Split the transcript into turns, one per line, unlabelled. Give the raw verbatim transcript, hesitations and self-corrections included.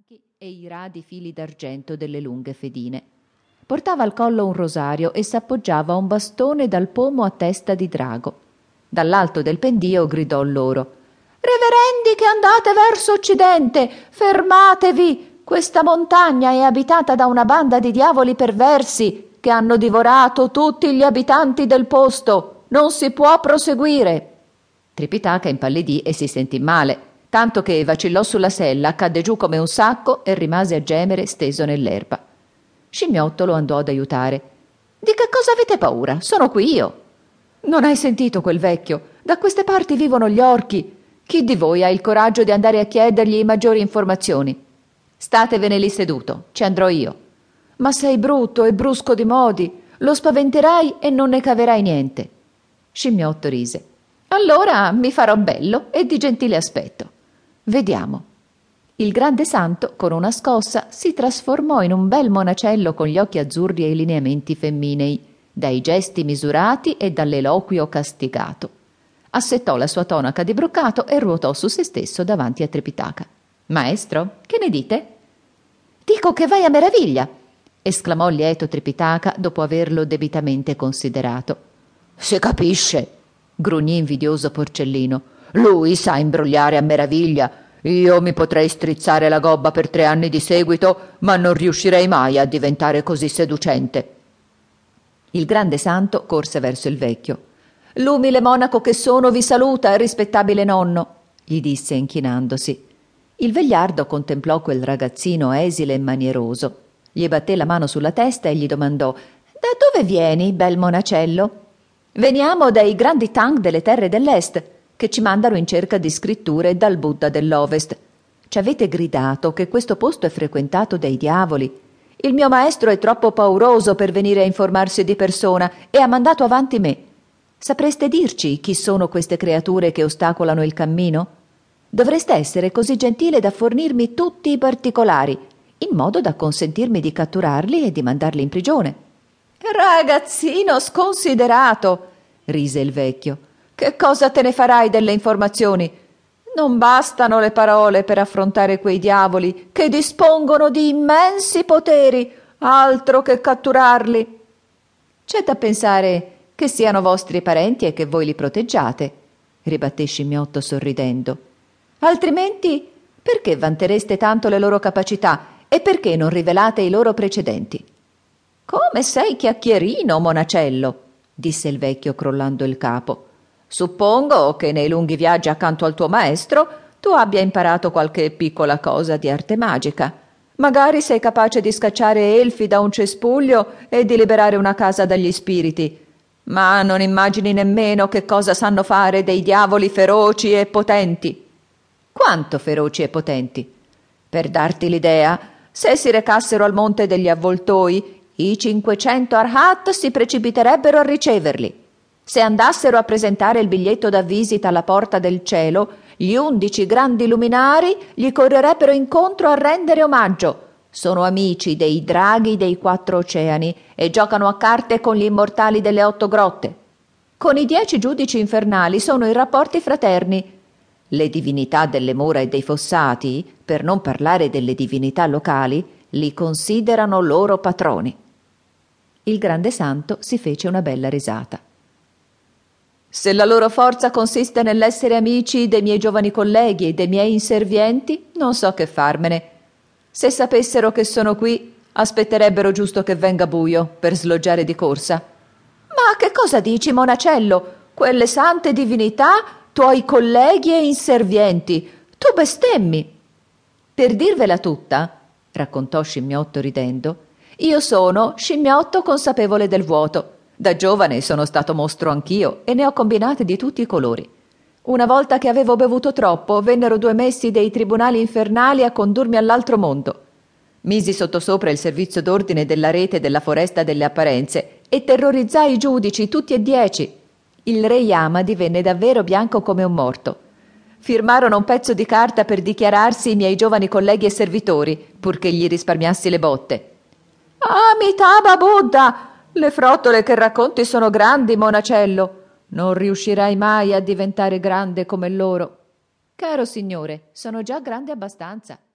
bianchi e i radi fili d'argento delle lunghe fedine. Portava al collo un rosario e s'appoggiava a un bastone dal pomo a testa di drago. Dall'alto del pendio gridò loro: «Reverendi che andate verso occidente, fermatevi! Questa montagna è abitata da una banda di diavoli perversi che hanno divorato tutti gli abitanti del posto. Non si può proseguire!» Tripitaka impallidì e si sentì male, tanto che vacillò sulla sella, cadde giù come un sacco e rimase a gemere steso nell'erba. Scimmiotto lo andò ad aiutare. «Di che cosa avete paura? Sono qui io!» «Non hai sentito quel vecchio? Da queste parti vivono gli orchi. Chi di voi ha il coraggio di andare a chiedergli maggiori informazioni?» «Statevene lì seduto, ci andrò io». «Ma sei brutto e brusco di modi, lo spaventerai e non ne caverai niente». Scimmiotto rise. «Allora mi farò bello e di gentile aspetto. Vediamo». Il grande santo, con una scossa, si trasformò in un bel monacello con gli occhi azzurri e i lineamenti femminei, dai gesti misurati e dall'eloquio castigato. Assettò la sua tonaca di broccato e ruotò su se stesso davanti a Tripitaka. «Maestro, che ne dite?» «Dico che vai a meraviglia!» esclamò lieto Tripitaka dopo averlo debitamente considerato. «Si capisce!» grugnì invidioso Porcellino. «Lui sa imbrogliare a meraviglia. Io mi potrei strizzare la gobba per tre anni di seguito, ma non riuscirei mai a diventare così seducente». Il grande santo corse verso il vecchio. «L'umile monaco che sono vi saluta, rispettabile nonno», gli disse inchinandosi. Il vegliardo contemplò quel ragazzino esile e manieroso. Gli batté la mano sulla testa e gli domandò: «Da dove vieni, bel monacello?» «Veniamo dai grandi Tang delle terre dell'est, che ci mandano in cerca di scritture dal Buddha dell'Ovest. Ci avete gridato che questo posto è frequentato dai diavoli. Il mio maestro è troppo pauroso per venire a informarsi di persona e ha mandato avanti me. Sapreste dirci chi sono queste creature che ostacolano il cammino? Dovreste essere così gentile da fornirmi tutti i particolari, in modo da consentirmi di catturarli e di mandarli in prigione». «Ragazzino sconsiderato», rise il vecchio, «che cosa te ne farai delle informazioni? Non bastano le parole per affrontare quei diavoli che dispongono di immensi poteri, altro che catturarli». «C'è da pensare che siano vostri parenti e che voi li proteggiate», ribatté Scimmiotto sorridendo. «Altrimenti perché vantereste tanto le loro capacità e perché non rivelate i loro precedenti?» «Come sei chiacchierino, monacello», disse il vecchio crollando il capo. «Suppongo che nei lunghi viaggi accanto al tuo maestro tu abbia imparato qualche piccola cosa di arte magica. Magari sei capace di scacciare elfi da un cespuglio e di liberare una casa dagli spiriti, ma non immagini nemmeno che cosa sanno fare dei diavoli feroci e potenti». «Quanto feroci e potenti?» «Per darti l'idea, se si recassero al monte degli avvoltoi, i cinquecento arhat si precipiterebbero a riceverli. Se andassero a presentare il biglietto da visita alla porta del cielo, gli undici grandi luminari gli correrebbero incontro a rendere omaggio. Sono amici dei draghi dei quattro oceani e giocano a carte con gli immortali delle otto grotte. Con i dieci giudici infernali sono in rapporti fraterni. Le divinità delle mura e dei fossati, per non parlare delle divinità locali, li considerano loro patroni». Il grande santo si fece una bella risata. «Se la loro forza consiste nell'essere amici dei miei giovani colleghi e dei miei inservienti, non so che farmene. Se sapessero che sono qui, aspetterebbero giusto che venga buio per sloggiare di corsa». «Ma che cosa dici, monacello? Quelle sante divinità, tuoi colleghi e inservienti. Tu bestemmi». «Per dirvela tutta», raccontò Scimmiotto ridendo, «io sono Scimmiotto consapevole del vuoto. Da giovane sono stato mostro anch'io e ne ho combinate di tutti i colori. Una volta che avevo bevuto troppo, vennero due messi dei tribunali infernali a condurmi all'altro mondo. Misi sottosopra il servizio d'ordine della rete della foresta delle apparenze e terrorizzai i giudici, tutti e dieci. Il re Yama divenne davvero bianco come un morto. Firmarono un pezzo di carta per dichiararsi i miei giovani colleghi e servitori, purché gli risparmiassi le botte». «Amitabha Buddha! Le frottole che racconti sono grandi, monacello. Non riuscirai mai a diventare grande come loro». «Caro signore, sono già grande abbastanza».